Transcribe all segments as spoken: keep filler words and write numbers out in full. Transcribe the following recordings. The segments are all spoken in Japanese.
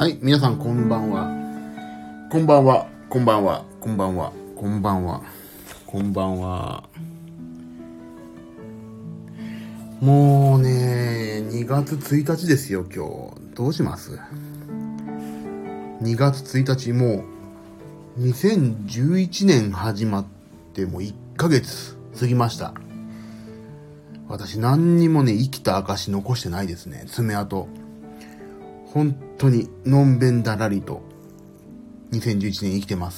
はい、皆さんこんばんは。こんばんは。こんばんは。こんばんは。こんばんは。こんばんは。もうね、にがつついたちですよ、今日。どうします？ に 月ついたち、もう、にせんじゅういちねん始まってもういっかげつ過ぎました。私何にもね、生きた証残してないですね、爪痕。本当にのんべんだらりとにせんじゅういちねん生きてます。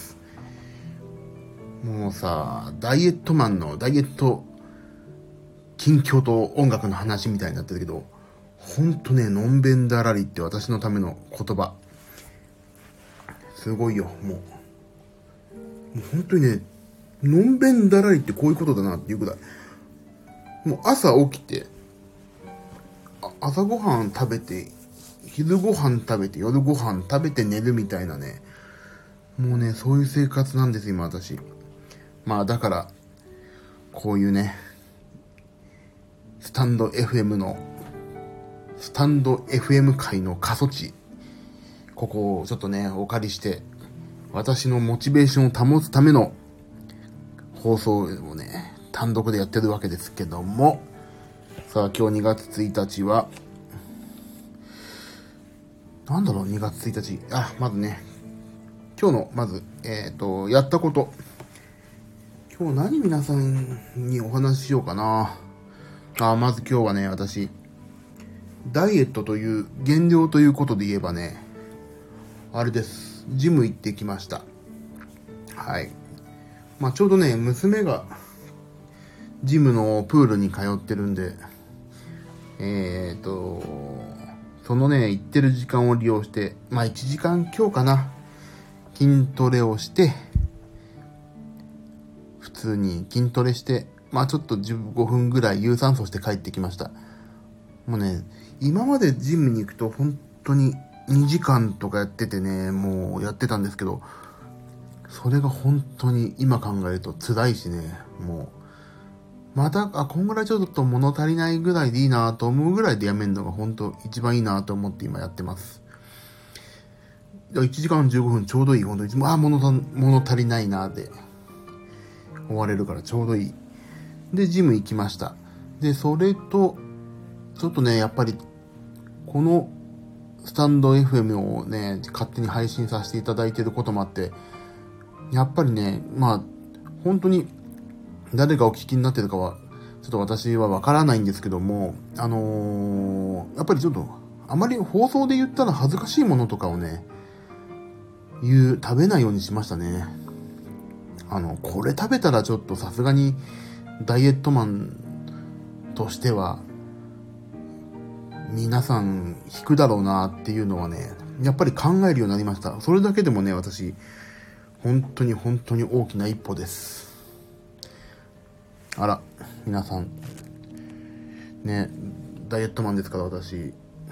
もうさ、ダイエットマンのダイエット近況と音楽の話みたいになってるけど、ほんとね、のんべんだらりって私のための言葉。すごいよ、もう。もう本当にね、のんべんだらりってこういうことだなっていうくらい。もう朝起きて、朝ごはん食べて、昼ご飯食べて、夜ご飯食べて寝るみたいなね。もうね、そういう生活なんです、今私。まあだから、こういうね、スタンド エフエム の、スタンド エフエム 界の過疎地、ここをちょっとね、お借りして、私のモチベーションを保つための放送をね、単独でやってるわけですけども、さあ今日にがつついたちは、なんだろう、にがつついたち。あ、まずね、今日の、まず、えっと、やったこと。今日何皆さんにお話ししようかな。あ、まず今日はね、私、ダイエットという、減量ということで言えばね、あれです。ジム行ってきました。はい。まあちょうどね、娘が、ジムのプールに通ってるんで、えっと、そのね、行ってる時間を利用して、まあいちじかん今日かな、筋トレをして、普通に筋トレして、まあちょっとじゅうごふんぐらい有酸素して帰ってきました。もうね、今までジムに行くと本当ににじかんとかやっててね、もうやってたんですけど、それが本当に今考えると辛いしね、もう、また、あ、こんぐらいちょっと物足りないぐらいでいいなと思うぐらいでやめるのが本当一番いいなと思って今やってます。いちじかんじゅうごふんちょうどいい、本当に、あ、物、物足りないなで終われるからちょうどいい。で、ジム行きました。で、それと、ちょっとね、やっぱり、この、スタンド エフエム をね、勝手に配信させていただいていることもあって、やっぱりね、まあ、本当に、誰がお聞きになってるかは、ちょっと私はわからないんですけども、あのー、やっぱりちょっと、あまり放送で言ったら恥ずかしいものとかをね、言う、食べないようにしましたね。あの、これ食べたらちょっとさすがに、ダイエットマンとしては、皆さん引くだろうなっていうのはね、やっぱり考えるようになりました。それだけでもね、私、本当に本当に大きな一歩です。あら、皆さん、ね、ダイエットマンですから私、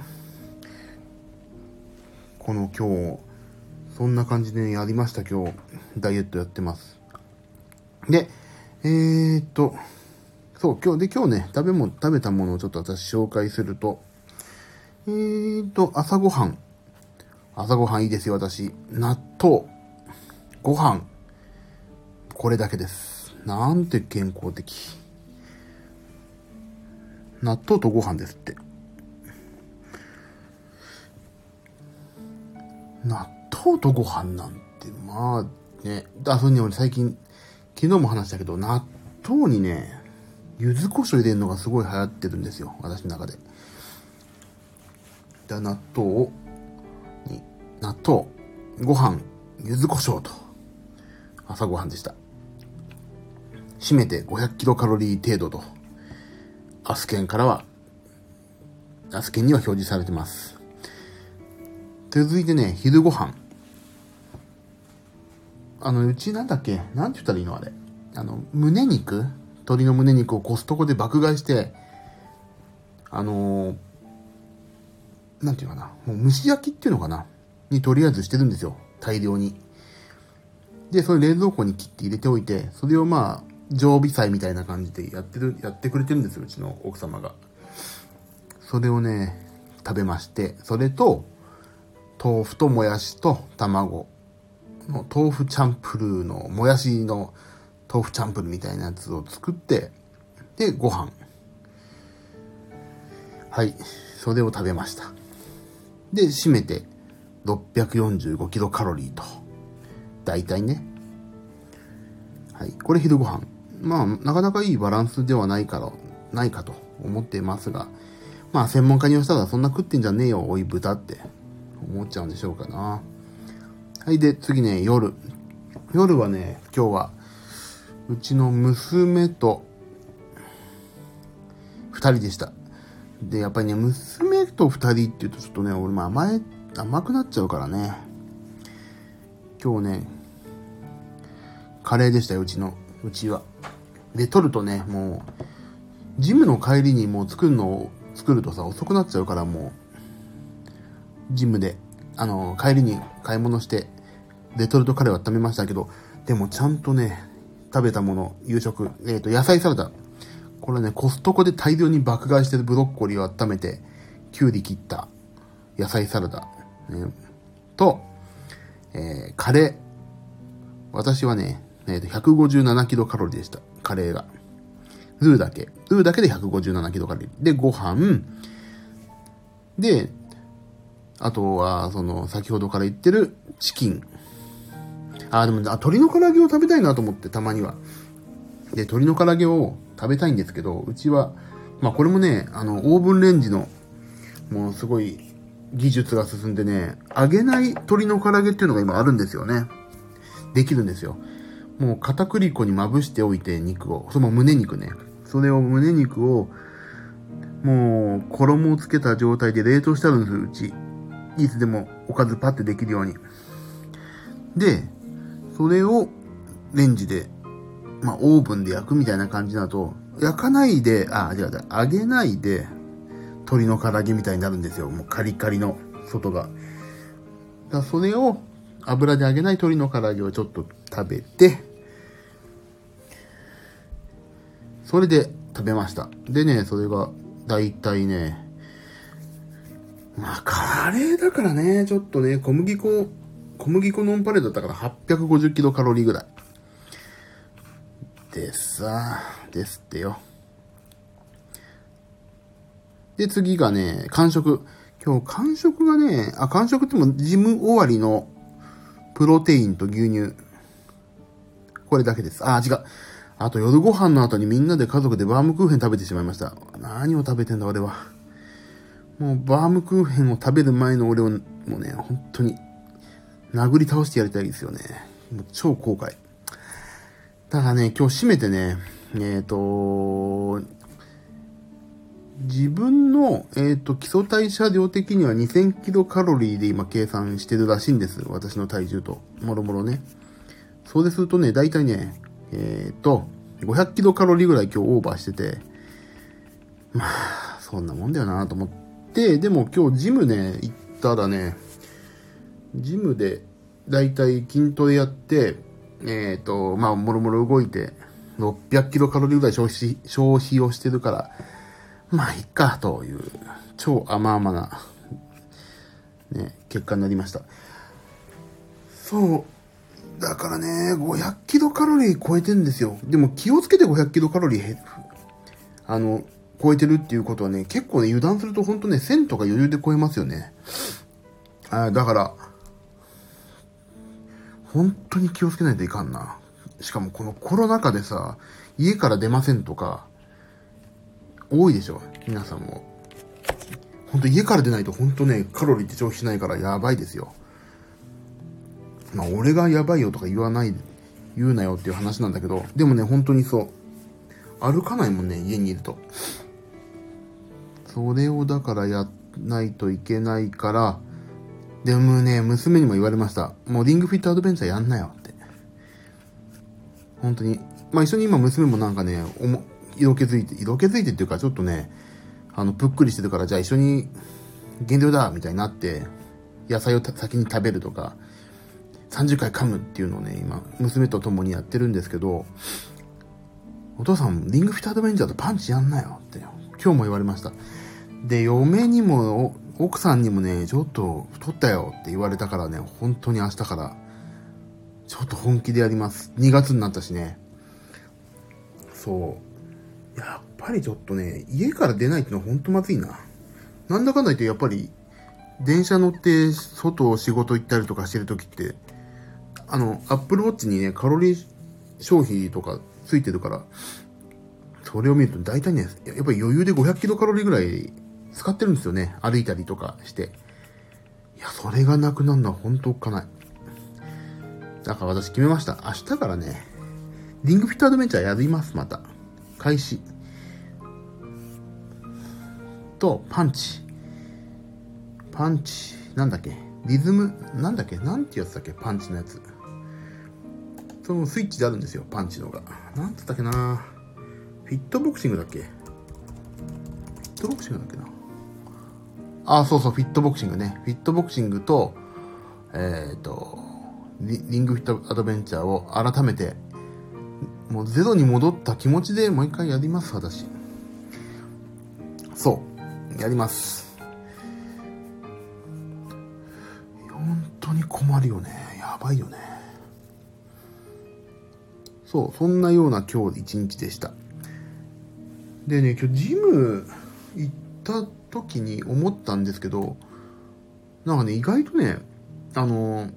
この今日、そんな感じでやりました。今日、ダイエットやってます。で、えーっと、そう、今日で今日ね、食べも、食べたものをちょっと私紹介すると、えーっと、朝ごはん。朝ごはんいいですよ、私。納豆。ご飯。これだけです。なんて健康的。納豆とご飯ですって。納豆とご飯なんて、まあね、あ、それに俺最近、昨日も話したけど、納豆にね、柚子胡椒入れるのがすごい流行ってるんですよ、私の中で。で、納豆を、に、納豆、ご飯、柚子胡椒と、朝ごはんでした。締めてごひゃくキロカロリー程度と、アスケンからは、アスケンには表示されてます。続いてね、昼ご飯。あの、うちなんだっけ、なんて言ったらいいのあれ。あの、胸肉鶏の胸肉をコストコで爆買いして、あのー、なんていうかな、もう蒸し焼きっていうのかなにとりあえずしてるんですよ。大量に。で、それ冷蔵庫に切って入れておいて、それをまあ、常備菜みたいな感じでやってる、やってくれてるんですよ、うちの奥様が。それをね、食べまして、それと、 豆腐ともやしと卵の豆腐チャンプルーのもやしの豆腐チャンプルーみたいなやつを作って、でご飯、はい、それを食べました。で締めてろっぴゃくよんじゅうごキロカロリーと、だいたいね、はい、これ昼ご飯、まあなかなかいいバランスではないからないかと思っていますが、まあ専門家にしたらそんな食ってんじゃねえよおい豚って思っちゃうんでしょうかな。はい、で次ね、夜夜はね、今日はうちの娘と二人でした。でやっぱりね、娘と二人って言うとちょっとね、俺も甘え甘くなっちゃうからね、今日ねカレーでしたよ、うちのうちは。で取るとね、もうジムの帰りにもう作るのを作るとさ遅くなっちゃうから、もうジムであの帰りに買い物してレトルトカレーは食べましたけど、でもちゃんとね食べたもの、夕食、えっと野菜サラダ、これねコストコで大量に爆買いしてるブロッコリーを温めてきゅうり切った野菜サラダ、ね、と、えー、カレー、私はね、えー、とひゃくごじゅうななキロカロリーでした、カレーが。ルーだけルーだけでひゃくごじゅうななキロカロリーで、ご飯で、あとはその先ほどから言ってるチキン、あでもあ鶏の唐揚げを食べたいなと思って、たまにはで鶏の唐揚げを食べたいんですけど、うちはまあこれもね、あのオーブンレンジのもうすごい技術が進んでね、揚げない鶏の唐揚げっていうのが今あるんですよね。できるんですよ。もう片栗粉にまぶしておいて、肉を、その胸肉ね、それを胸肉をもう衣をつけた状態で冷凍してあるんですよ、うち。いつでもおかずパッてできるように。でそれをレンジで、まあオーブンで焼くみたいな感じだと、焼かないで、あ違う違う揚げないで鶏の唐揚げみたいになるんですよ。もうカリカリの外が。だからそれを油で揚げない鶏の唐揚げをちょっと食べて、それで食べました。でね、それがだいたいね、まあカレーだからね、ちょっとね、小麦粉小麦粉ノンパレードだったからはっぴゃくごじゅうキロカロリーぐらいでさ、ですってよ。で次がね、間食。今日間食がね、あ間食ってもジム終わりのプロテインと牛乳、これだけです。あ違う、あと夜ご飯の後にみんなで家族でバームクーヘン食べてしまいました。何を食べてんだ俺は。もうバームクーヘンを食べる前の俺をもうね、本当に殴り倒してやりたいですよね。もう超後悔。だからね、今日締めてね、えっと、自分の、えっと、基礎代謝量的にはにせんキロカロリーで今計算してるらしいんです。私の体重と。もろもろね。そうでするとね、だいたいね、えっと、ごひゃくキロカロリーぐらい今日オーバーしてて、まあ、そんなもんだよなと思って、でも今日ジムね、行ったらね、ジムでだいたい筋トレやって、えっと、まあ、もろもろ動いて、ろっぴゃくキロカロリーぐらい消費、消費をしてるから、まあ、いっか、という、超甘々な、ね、結果になりました。そう。だからね、ごひゃくキロカロリー超えてるんですよ。でも気をつけてごひゃくキロカロリー、あの、超えてるっていうことはね、結構ね、油断するとほんとね、せんとか余裕で超えますよね。あだから、本当に気をつけないといかんな。しかもこのコロナ禍でさ、家から出ませんとか、多いでしょ皆さんも。ほんと家から出ないとほんとね、カロリーって消費しないからやばいですよ。まあ俺がやばいよとか言わない、言うなよっていう話なんだけど、でもね、本当にそう。歩かないもんね、家にいると。それをだからやんないといけないから、でもね、娘にも言われました。もうリングフィットアドベンチャーやんなよって。本当に。まあ一緒に今娘もなんかね、おも色気づいて、色気づいてっていうかちょっとね、あの、ぷっくりしてるから、じゃあ一緒に減量だみたいになって、野菜を先に食べるとか、さんじゅっかい噛むっていうのをね、今、娘と共にやってるんですけど、お父さん、リングフィットアドベンチャーとパンチやんなよって、今日も言われました。で、嫁にも奥さんにもね、ちょっと太ったよって言われたからね、本当に明日から、ちょっと本気でやります。にがつになったしね。そう。やっぱりちょっとね、家から出ないってのは本当まずいな。なんだかんだ言ってやっぱり、電車乗って外を仕事行ったりとかしてるときって、あの、アップルウォッチにね、カロリー消費とかついてるから、それを見ると大体ね、やっぱり余裕でごひゃくキロカロリーぐらい使ってるんですよね。歩いたりとかして。いや、それがなくなるのは本当おっかない。だから私決めました。明日からね、リングフィットアドベンチャーやります、また。開始。と、パンチ。パンチ。なんだっけリズム、なんだっけなんてやつだっけパンチのやつ。そのスイッチであるんですよ、パンチのが。なんつったっけなフィットボクシングだっけフィットボクシングだっけなあ、そうそう、フィットボクシングね。フィットボクシングと、えっと、リ, リングフィットアドベンチャーを改めて、もうゼロに戻った気持ちでもう一回やります、私。そう、やります。本当に困るよね。やばいよね。そう、そんなような今日一日でした。でね、今日ジム行った時に思ったんですけど、なんかね、意外とね、あの、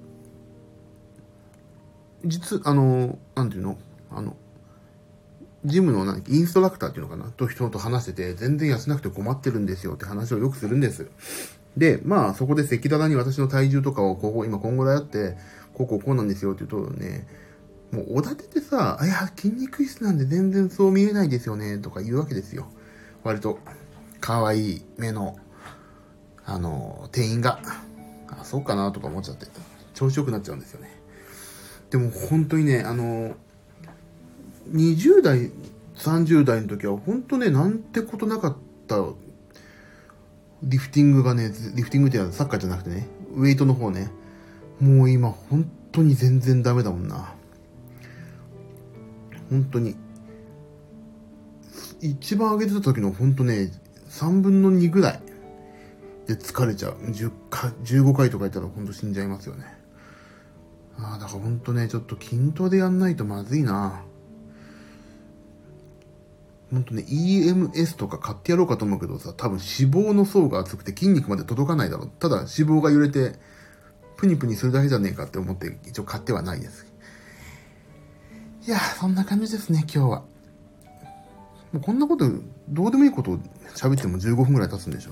実、あの、なんていうのあの、ジムのなんインストラクターっていうのかなと人と話してて、全然痩せなくて困ってるんですよって話をよくするんです。で、まあそこで赤裸々に私の体重とかをここ、今こんぐらいあって、こうこうこうなんですよって言うとね、もうおだててさ、いや、筋肉質なんで全然そう見えないですよね、とか言うわけですよ。割と、可愛い目の、あの、店員が、あ、そうかなとか思っちゃって、調子よくなっちゃうんですよね。でも本当にね、あの、にじゅう代、さんじゅう代の時は本当ね、なんてことなかったリフティングがね、リフティングってサッカーじゃなくてね、ウェイトの方ね、もう今本当に全然ダメだもんな。本当に。一番上げてた時の本当ね、さんぶんのにぐらいで疲れちゃう。じゅっかい、じゅうごかいとか言ったら本当死んじゃいますよね。ああ、だから本当ね、ちょっと筋トレやんないとまずいな。本当ね、イーエムエス とか買ってやろうかと思うけどさ、多分脂肪の層が厚くて筋肉まで届かないだろう。ただ脂肪が揺れて、プニプニするだけじゃねえかって思って一応買ってはないです。いやー、そんな感じですね、今日は。もうこんなこと、どうでもいいことを喋ってもじゅうごふんぐらい経つんでしょ。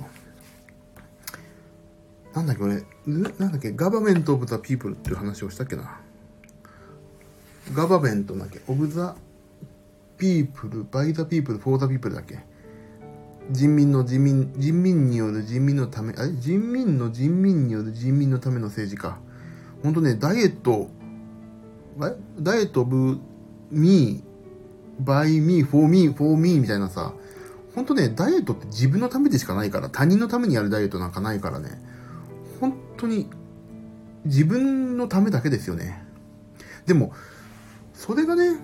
なんだっけ、俺、なんだっけ、ガバメント・オブ・ザ・ピープルっていう話をしたっけな。ガバメントだっけ、オブ・ザ・ピープル、バイ・ザ・ピープル、フォー・ザ・ピープルだっけ。人民の人民、人民による人民のため、あれ人民の人民による人民のための政治か。ほんとね、ダイエット、ダイエット・オブ・ミー、バイ・ミー、フォー・ミー、フォー・ミーみたいなさ、ほんとね、ダイエットって自分のためでしかないから、他人のためにやるダイエットなんかないからね、本当に自分のためだけですよね。でもそれがね、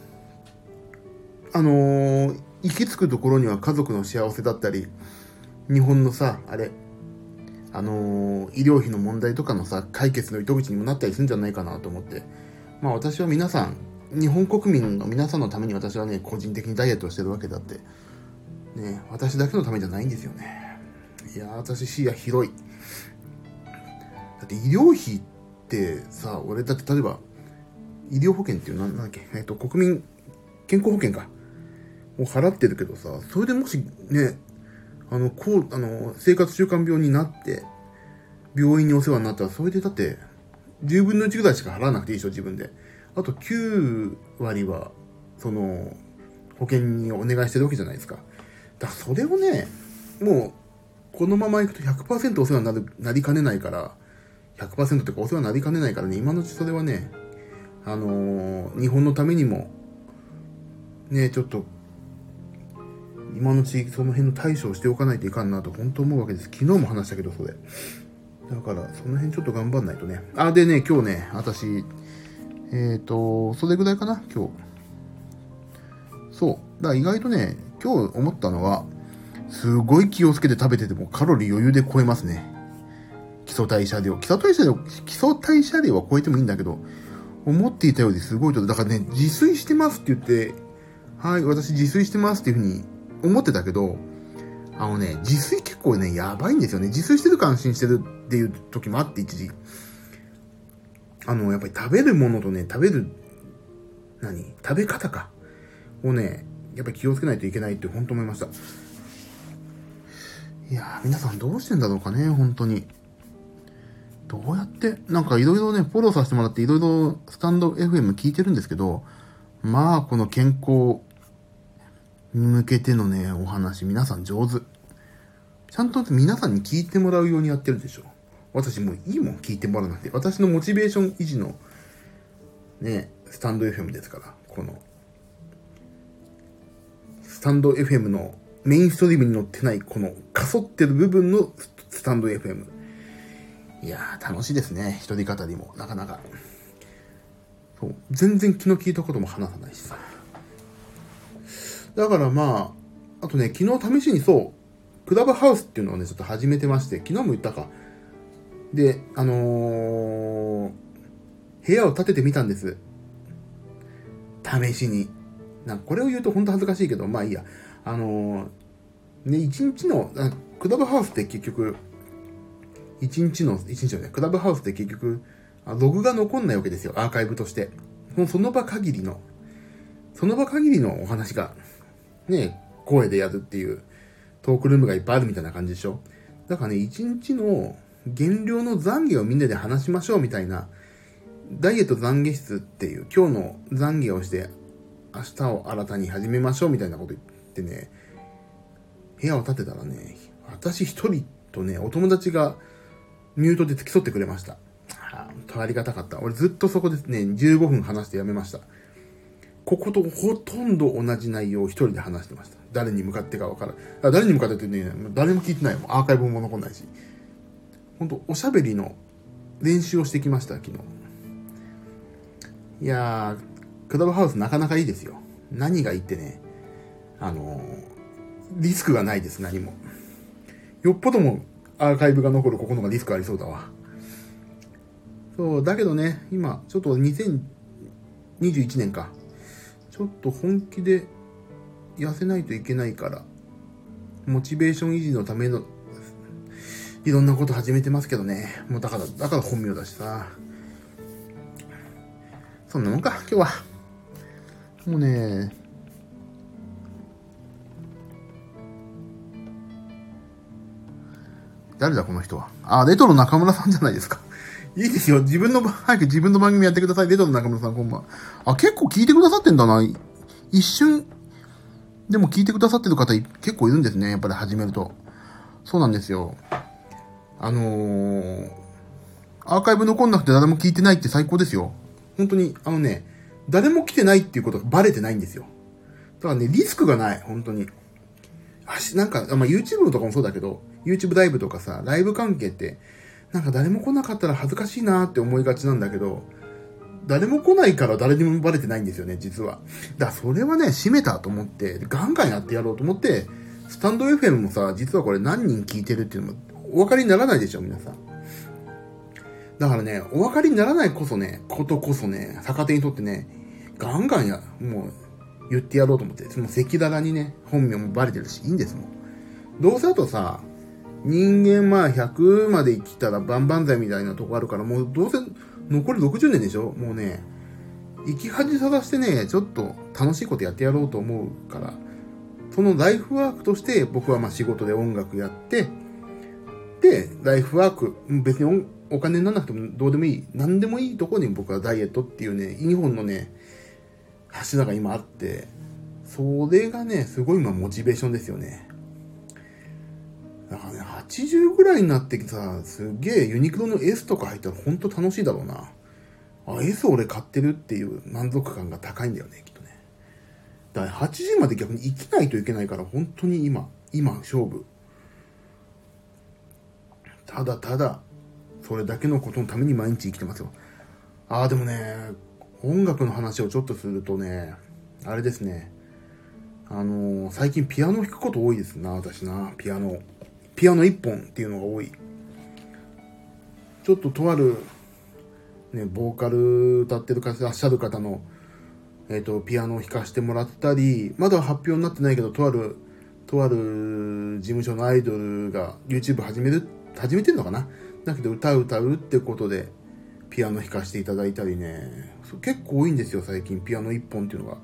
あのー、行き着くところには家族の幸せだったり、日本のさあれあのー、医療費の問題とかのさ解決の糸口にもなったりするんじゃないかなと思って、まあ私は皆さん、日本国民の皆さんのために私はね、個人的にダイエットをしてるわけだってね、私だけのためじゃないんですよね。いやー、私視野広い。だって医療費ってさ、俺だって例えば医療保険っていうのなんだっけ、えっと国民健康保険かを払ってるけどさ、それでもしね、あのこうあの生活習慣病になって病院にお世話になったら、それでだってじゅうぶんのいちぐらいしか払わなくていいでしょ、自分で。あときゅうわりはその保険にお願いしてるわけじゃないですか。だからそれをね、もうこのままいくと ひゃくパーセント お世話になるなりかねないから、ひゃくパーセント ってかお世話になりかねないからね、今のうちそれはね、あのー、日本のためにもね、ちょっと今のうちその辺の対処をしておかないといかんなと本当思うわけです。昨日も話したけど、それだからその辺ちょっと頑張んないとね。あ、でね、今日ね、私えっとそれぐらいかな今日。そうだから意外とね、今日思ったのは、 すごい気をつけて食べててもカロリー余裕で超えますね。基礎代謝量。基礎代謝量、基礎代謝量は超えてもいいんだけど、思っていたよりすごいと。だからね、自炊してますって言って、はい、私自炊してますっていうふうに思ってたけど、あのね、自炊結構ね、やばいんですよね。自炊してるから安心してるっていう時もあって、一時。あの、やっぱり食べるものとね、食べる、何食べ方か。をね、やっぱり気をつけないといけないって本当思いました。いやー、皆さんどうしてんだろうかね、本当に。どうやって、なんかいろいろね、フォローさせてもらっていろいろスタンド エフエム 聞いてるんですけど、まあ、この健康に向けてのね、お話、皆さん上手。ちゃんと皆さんに聞いてもらうようにやってるでしょ。私もういいもん、聞いてもらわなくて。私のモチベーション維持の、ね、スタンド エフエム ですから、この、スタンド エフエム のメインストリームに乗ってない、この、かそってる部分のスタンド エフエム。いやー、楽しいですね。一人語りも、なかなか。そう。全然気の利いたことも話さないしさ。だからまあ、あとね、昨日試しにそう、クラブハウスっていうのをね、ちょっと始めてまして、昨日も言ったか。で、あのー、部屋を建ててみたんです。試しに。なんかこれを言うと本当恥ずかしいけど、まあいいや。あのー、ね、一日の、クラブハウスって結局、一日の、一日のね、クラブハウスって結局、ログが残んないわけですよ、アーカイブとして。その場限りの、その場限りのお話が、ね、声でやるっていうトークルームがいっぱいあるみたいな感じでしょ。だからね、一日の減量の懺悔をみんなで話しましょうみたいな、ダイエット懺悔室っていう、今日の懺悔をして、明日を新たに始めましょうみたいなこと言ってね、部屋を建てたらね、私一人とね、お友達がミュートで付き添ってくれました。あー、ありがたかった。俺ずっとそこでね、じゅうごふん話してやめました。こことほとんど同じ内容を一人で話してました。誰に向かってかわからん。あ、誰に向かってってね、誰も聞いてないもん。アーカイブも残んないし。ほんと、おしゃべりの練習をしてきました、昨日。いやー、クラブハウスなかなかいいですよ。何がいいってね、あのー、リスクがないです、何も。よっぽどもアーカイブが残るここのがリスクありそうだわ。そう、だけどね、今、ちょっとにせんにじゅういちねんか。ちょっと本気で痩せないといけないから、モチベーション維持のための、いろんなこと始めてますけどね。もうだから、だから本名だしさ。そんなもんか、今日は。もうね、誰だこの人は。あ、レトロ中村さんじゃないですか。いいですよ。自分の、早く自分の番組やってください。レトロ中村さん、こんばんは。あ、結構聞いてくださってんだな。一瞬、でも聞いてくださってる方結構いるんですね。やっぱり始めると。そうなんですよ。あのー、アーカイブ残んなくて誰も聞いてないって最高ですよ。本当に、あのね、誰も来てないっていうことがバレてないんですよ。だからね、リスクがない。本当に。あし、なんか、まあ、YouTube とかもそうだけど、YouTube ライブとかさ、ライブ関係って、なんか誰も来なかったら恥ずかしいなーって思いがちなんだけど、誰も来ないから誰にもバレてないんですよね、実は。だからそれはね、閉めたと思って、ガンガンやってやろうと思って、スタンド エフエム もさ、実はこれ何人聞いてるっていうのもお分かりにならないでしょ、皆さん。だからね、お分かりにならないこそね、ことこそね、逆手にとってね、ガンガンや、もう、言ってやろうと思って、その赤裸々にね、本名もバレてるし、いいんですもん。どうせあとさ、人間まあひゃくまで生きたら万々歳みたいなとこあるから、もうどうせ残りろくじゅうねんでしょ。もうね、生き恥さらしてね、ちょっと楽しいことやってやろうと思うから、そのライフワークとして僕はまあ仕事で音楽やって、で、ライフワーク、別にお金にならなくてもどうでもいい、何でもいいところに僕はダイエットっていうね、にほんのね、柱が今あって、それがね、すごい今モチベーションですよね。だからね、はちじゅうぐらいになってきたら、すげえユニクロの S とか入ったらほんと楽しいだろうな。あ、S 俺買ってるっていう満足感が高いんだよね、きっとね。だからはちじゅうまで逆に生きないといけないから、本当に今、今勝負。ただただ、それだけのことのために毎日生きてますよ。ああ、でもね、音楽の話をちょっとするとね、あれですね。 あのー、最近ピアノ弾くこと多いですな、私な。ピアノ。ピアノ一本っていうのが多い。ちょっととある、ね、ボーカル歌ってる方、いらっしゃる方の、えっと、ピアノを弾かせてもらったり、まだ発表になってないけど、とある、とある事務所のアイドルが YouTube 始める、始めてんのかな？だけど歌う歌うってことで、ピアノ弾かせていただいたりね。結構多いんですよ、最近。ピアノ一本っていうのが。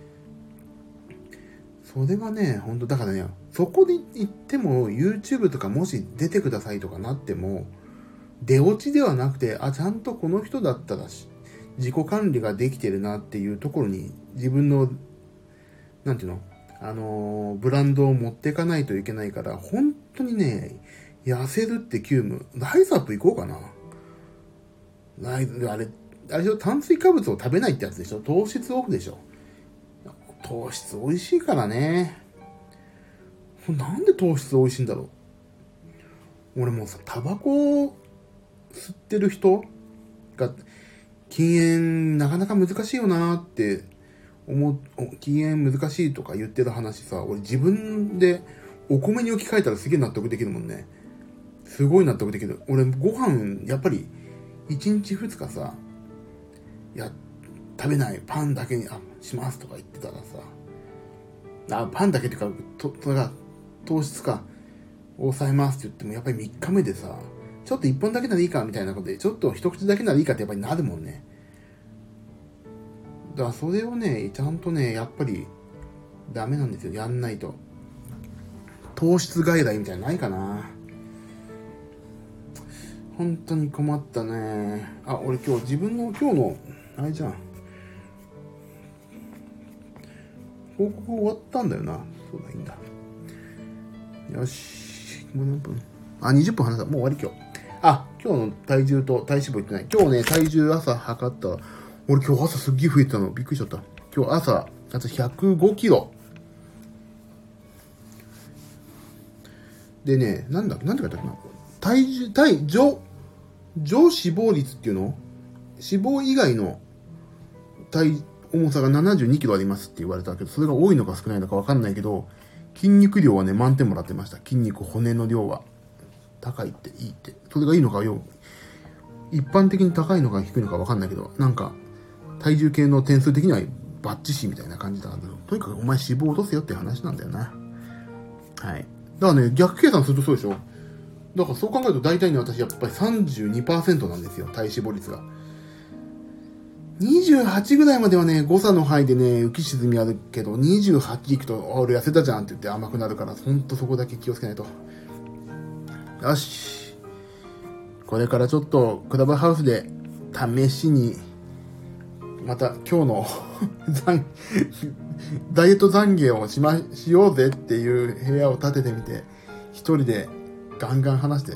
それがね、ほんと、だからね、そこで行っても YouTube とかもし出てくださいとかなっても、出落ちではなくて、あ、ちゃんとこの人だったらし、自己管理ができてるなっていうところに自分の、なんていうのあのー、ブランドを持っていかないといけないから、本当にね、痩せるって急務。ライズアップ行こうかな。ライズ、あれ、あれでしょ、炭水化物を食べないってやつでしょ、糖質オフでしょ。糖質美味しいからね。なんで糖質美味しいんだろう。俺もうさ、タバコ吸ってる人が禁煙なかなか難しいよなーって思う、禁煙難しいとか言ってる話さ、俺自分でお米に置き換えたらすげえ納得できるもんね。すごい納得できる。俺ご飯やっぱりいちにちふつかさ、いや食べないパンだけにあしますとか言ってたらさ、あパンだけっていうかとそれが糖質か抑えますって言ってもやっぱりみっかめでさ、ちょっといっぽんだけならいいかみたいなことで、ちょっと一口だけならいいかってやっぱりなるもんね。だからそれをね、ちゃんとね、やっぱりダメなんですよ。やんないと。糖質外来みたいなのないかな。本当に困ったね。あ、俺今日自分の今日の、あれじゃん。報告終わったんだよな。そうだ、いいんだ。よし。もう何分？あ、にじゅっぷん話した。もう終わり今日。あ、今日の体重と体脂肪言ってない。今日ね、体重朝測ったら、俺今日朝すっげえ増えてたの。びっくりしちゃった。今日朝、あとひゃくごキロ。でね、なんだ、なんて書いてあったかな。体重、体、上、上脂肪率っていうの？脂肪以外の体重さがななじゅうにキロありますって言われたけど、それが多いのか少ないのかわかんないけど、筋肉量はね、満点もらってました。筋肉、骨の量は。高いっていいって。それがいいのかよ。一般的に高いのか低いのかわかんないけど、なんか、体重計の点数的にはバッチシみたいな感じだから、とにかくお前脂肪落とせよって話なんだよな。はい。だからね、逆計算するとそうでしょ。だからそう考えると大体ね、私やっぱり さんじゅうにパーセント なんですよ、体脂肪率が。にじゅうはちぐらいまではね、誤差の範囲でね、浮き沈みあるけど、にじゅうはちいくと、俺痩せたじゃんって言って甘くなるから、ほんとそこだけ気をつけないと。よし。これからちょっと、クラブハウスで、試しに、また今日のダイエット懺悔をしま、しようぜっていう部屋を建ててみて、一人でガンガン話して、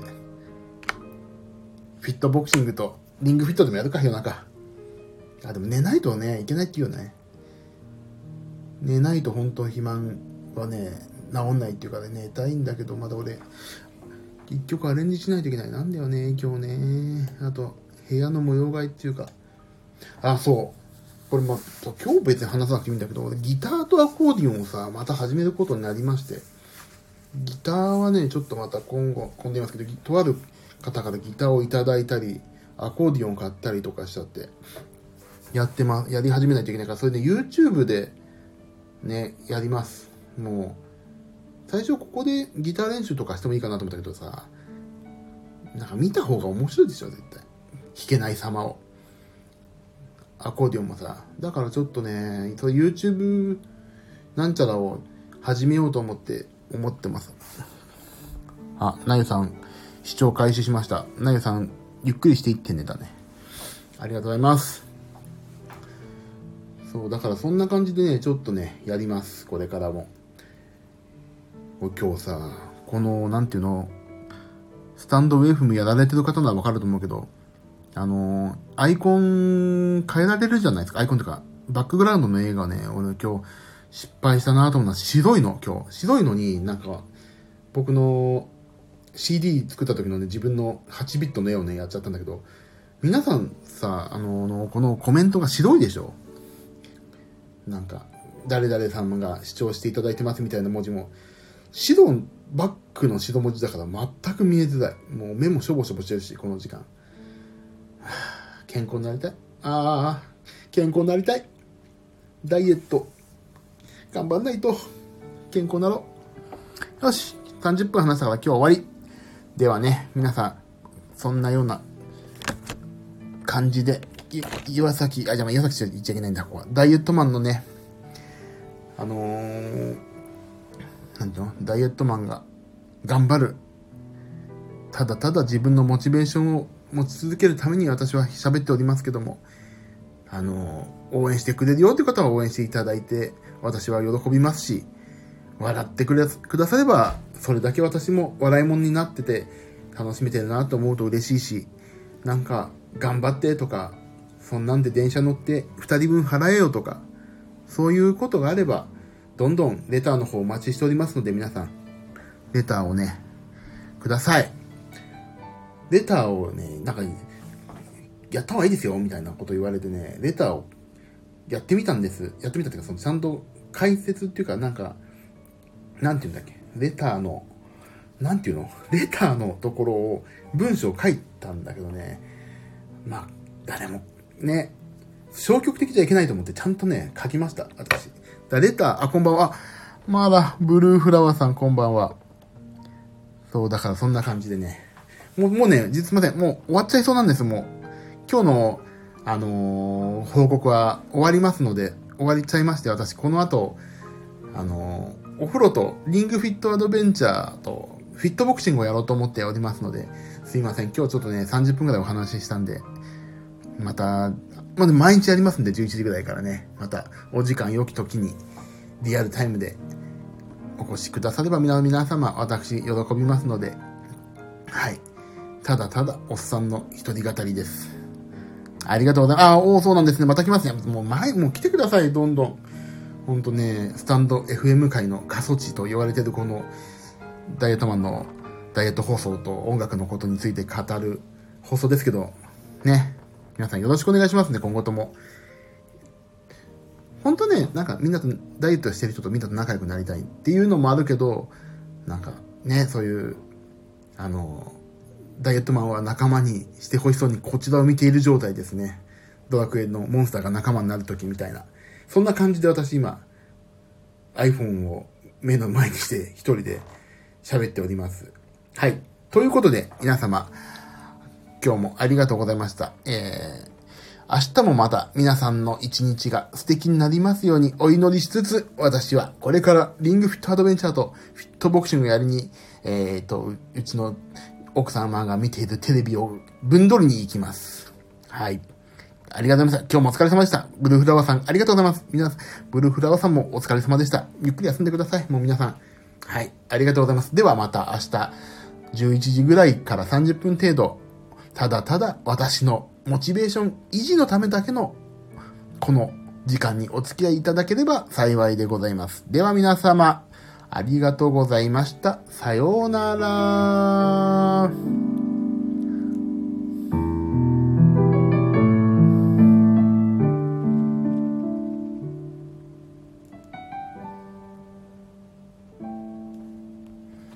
フィットボクシングとリングフィットでもやるか、夜中。あ、でも寝ないとね、いけないっていうよね。寝ないと本当肥満はね、治んないっていうかね、寝たいんだけど、まだ俺、結局アレンジしないといけないなんだよね、今日ね。あと、部屋の模様替えっていうか。あ、そう。これまあ、今日別に話さなくていいんだけど、ギターとアコーディオンをさ、また始めることになりまして。ギターはね、ちょっとまた今後、今度言いますけど、とある方からギターをいただいたり、アコーディオン買ったりとかしちゃって、やってま、やり始めないといけないから、それで YouTube でね、やります。もう、最初ここでギター練習とかしてもいいかなと思ったけどさ、なんか見た方が面白いでしょ、絶対。弾けない様を。アコーディオンもさ。だからちょっとね、それ YouTube なんちゃらを始めようと思って、思ってます。あ、なゆさん、視聴開始しました。なゆさん、ゆっくりしていってねだね。ありがとうございます。そう、だからそんな感じでね、ちょっとね、やります。これからも。今日さ、この、なんていうの、スタンドウェーフもやられてる方ならわかると思うけど、あのー、アイコン変えられるじゃないですか。アイコンとか、バックグラウンドの映画ね、俺今日失敗したなと思うのは白いの、今日。白いのになんか、僕の シーディー 作った時のね、自分のはちビットの絵をね、やっちゃったんだけど、皆さんさ、あのー、このコメントが白いでしょ？なんか、 誰々様が視聴していただいてますみたいな文字も、白バックの白文字だから全く見えづらい。もう目もしょぼしょぼしてるし、この時間。はあ、健康になりたい。ああ、健康になりたい。ダイエット。頑張んないと。健康になろう。よし。さんじゅっぷん話したから今日は終わり。ではね、皆さん、そんなような感じで、岩崎、あ、じゃあ岩崎って言っちゃいけないんだ、ここは。ダイエットマンのね、あのー、なんていうの？ダイエットマンが頑張る。ただただ自分のモチベーションを持ち続けるために私は喋っておりますけども、あのー、応援してくれるよという方は応援していただいて、私は喜びますし、笑ってくれ、くだされば、それだけ私も笑い物になってて、楽しめてるなと思うと嬉しいし、なんか、頑張ってとか、そんなんで電車乗って二人分払えよとか、そういうことがあれば、どんどんレターの方お待ちしておりますので、皆さん、レターをね、ください。レターをね、なんか、やった方がいいですよ、みたいなこと言われてね、レターをやってみたんです。やってみたっていうか、そのちゃんと解説っていうか、なんか、なんていうんだっけ、レターの、なんていうのレターのところを文章を書いたんだけどね、まあ、誰も、ね、消極的じゃいけないと思ってちゃんとね、書きました、私。だレター、あ、こんばんは。まだ、ブルーフラワーさんこんばんは。そう、だからそんな感じでね。もう、もうね、実すいません、もう終わっちゃいそうなんです、もう。今日の、あのー、報告は終わりますので、終わりちゃいまして、私、この後、あのー、お風呂と、リングフィットアドベンチャーと、フィットボクシングをやろうと思っておりますので、すいません、今日ちょっとね、さんじゅっぷんくらいお話ししたんで、また、まあ、毎日やりますんで、じゅういちじぐらいからね、また、お時間良き時に、リアルタイムで、お越しくだされば、皆皆様、私、喜びますので、はい。ただただ、おっさんの一人語りです。ありがとうございます。あ、おー、そうなんですね。また来ますね。もう前、もう来てください、どんどん。ほんとね、スタンド エフエム 界の過疎地と言われているこの、ダイエットマンのダイエット放送と音楽のことについて語る放送ですけど、ね。皆さんよろしくお願いしますね、今後とも。本当ね、なんかみんなと、ダイエットしてる人とみんなと仲良くなりたいっていうのもあるけど、なんかね、そういう、あの、ダイエットマンは仲間にしてほしそうにこちらを見ている状態ですね。ドラクエのモンスターが仲間になるときみたいな。そんな感じで私今、iPhone を目の前にして一人で喋っております。はい。ということで、皆様、今日もありがとうございました。えー、明日もまた皆さんの一日が素敵になりますようにお祈りしつつ、私はこれからリングフィットアドベンチャーとフィットボクシングやりに、えーと、うちの奥様が見ているテレビを分取りに行きます。はい。ありがとうございました。今日もお疲れ様でした。ブルーフラワーさん、ありがとうございます。皆さん、ブルーフラワーさんもお疲れ様でした。ゆっくり休んでください。もう皆さん。はい。ありがとうございます。ではまた明日、じゅういちじぐらいからさんじゅっぷん程度、ただただ私のモチベーション維持のためだけの、この時間にお付き合いいただければ幸いでございます。では皆様、ありがとうございました。さようなら。